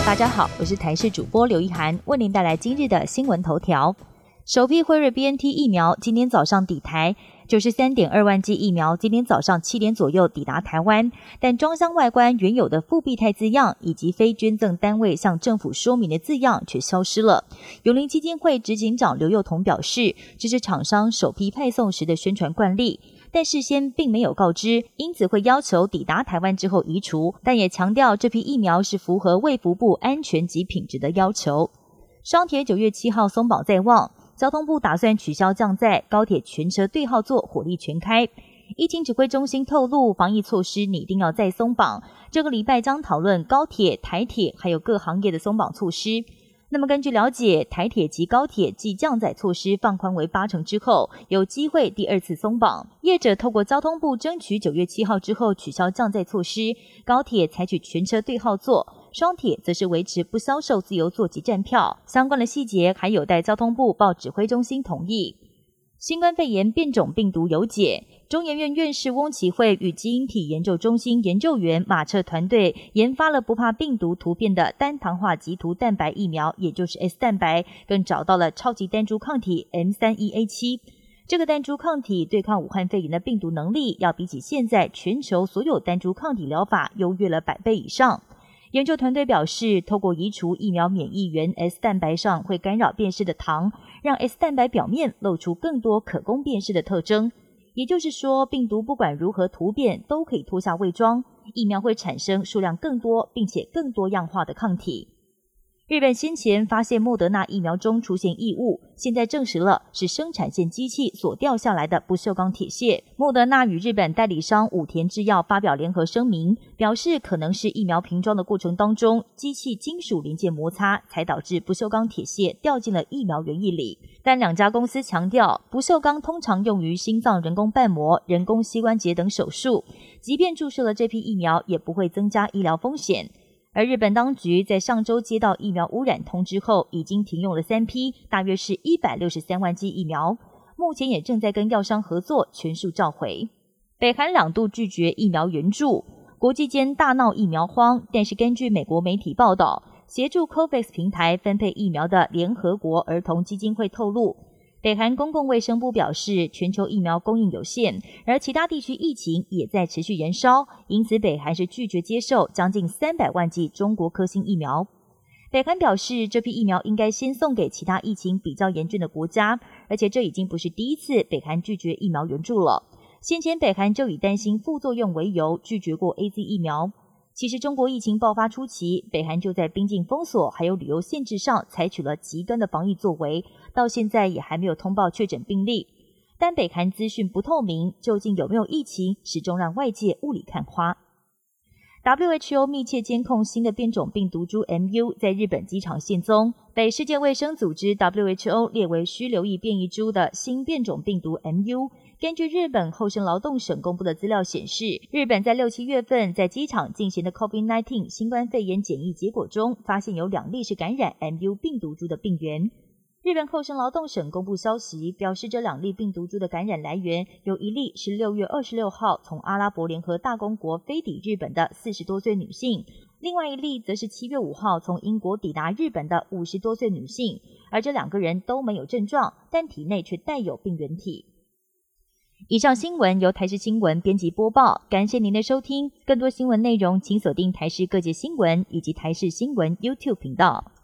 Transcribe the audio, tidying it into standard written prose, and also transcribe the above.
大家好，我是台视主播刘一涵，为您带来今日的新闻头条。首批辉瑞 BNT 疫苗今天早上抵台，93.2万剂疫苗今天早上7点左右抵达台湾，但装箱外观原有的复必泰字样以及非捐赠单位向政府说明的字样却消失了。永龄基金会执行长刘幼彤表示，这是厂商首批派送时的宣传惯例，但事先并没有告知，因此会要求抵达台湾之后移除，但也强调这批疫苗是符合卫福部安全及品质的要求。双铁9月7号松绑在望，交通部打算取消降载，高铁全车对号座火力全开。疫情指挥中心透露，防疫措施拟定要再松绑，这个礼拜将讨论高铁、台铁还有各行业的松绑措施。那么根据了解，台铁及高铁继降载措施放宽为80%之后，有机会第二次松绑。业者透过交通部争取9月7号之后取消降载措施，高铁采取全车对号座，双铁则是维持不销售自由座及站票，相关的细节还有待交通部报指挥中心同意。新冠肺炎变种病毒有解，中研院院士翁启慧与基因体研究中心研究员马彻团队研发了不怕病毒突变的单糖化棘突蛋白疫苗，也就是 S 蛋白，更找到了超级单株抗体 M31A7。这个单株抗体对抗武汉肺炎的病毒能力，要比起现在全球所有单株抗体疗法优越了100倍以上。研究团队表示，透过移除疫苗免疫原 S 蛋白上会干扰辨识的糖，让 S 蛋白表面露出更多可供辨识的特征。也就是说，病毒不管如何突变，都可以脱下伪装，疫苗会产生数量更多并且更多样化的抗体。日本先前发现莫德纳疫苗中出现异物，现在证实了是生产线机器所掉下来的不锈钢铁屑。莫德纳与日本代理商武田制药发表联合声明，表示可能是疫苗瓶装的过程当中，机器金属零件摩擦，才导致不锈钢铁屑掉进了疫苗原液里。但两家公司强调，不锈钢通常用于心脏人工瓣膜、人工膝关节等手术，即便注射了这批疫苗，也不会增加医疗风险。而日本当局在上周接到疫苗污染通知后，已经停用了3批，大约是163万剂疫苗，目前也正在跟药商合作，全数召回。北韩2度拒绝疫苗援助，国际间大闹疫苗荒，但是根据美国媒体报道，协助 COVAX 平台分配疫苗的联合国儿童基金会透露，北韩公共卫生部表示，全球疫苗供应有限，而其他地区疫情也在持续延烧，因此北韩是拒绝接受将近300万剂中国科兴疫苗。北韩表示，这批疫苗应该先送给其他疫情比较严峻的国家，而且这已经不是第一次北韩拒绝疫苗援助了。先前北韩就以担心副作用为由拒绝过 AZ 疫苗。其实中国疫情爆发初期，北韩就在边境封锁还有旅游限制上采取了极端的防疫作为，到现在也还没有通报确诊病例。但北韩资讯不透明，究竟有没有疫情，始终让外界雾里看花。WHO 密切监控新的变种病毒株 MU 在日本机场现踪，被世界卫生组织 WHO 列为需留意变异株的新变种病毒 MU。根据日本厚生劳动省公布的资料显示，日本在6、7月份在机场进行的 COVID-19 新冠肺炎检疫结果中，发现有2例是感染 MU 病毒株的病原。日本厚生劳动省公布消息，表示这2例病毒株的感染来源，有1例是6月26号从阿拉伯联合大公国飞抵日本的40多岁女性，另外1例则是7月5号从英国抵达日本的50多岁女性，而这2个人都没有症状，但体内却带有病原体。以上新闻由台视新闻编辑播报，感谢您的收听。更多新闻内容请锁定台视各界新闻以及台视新闻 YouTube 频道。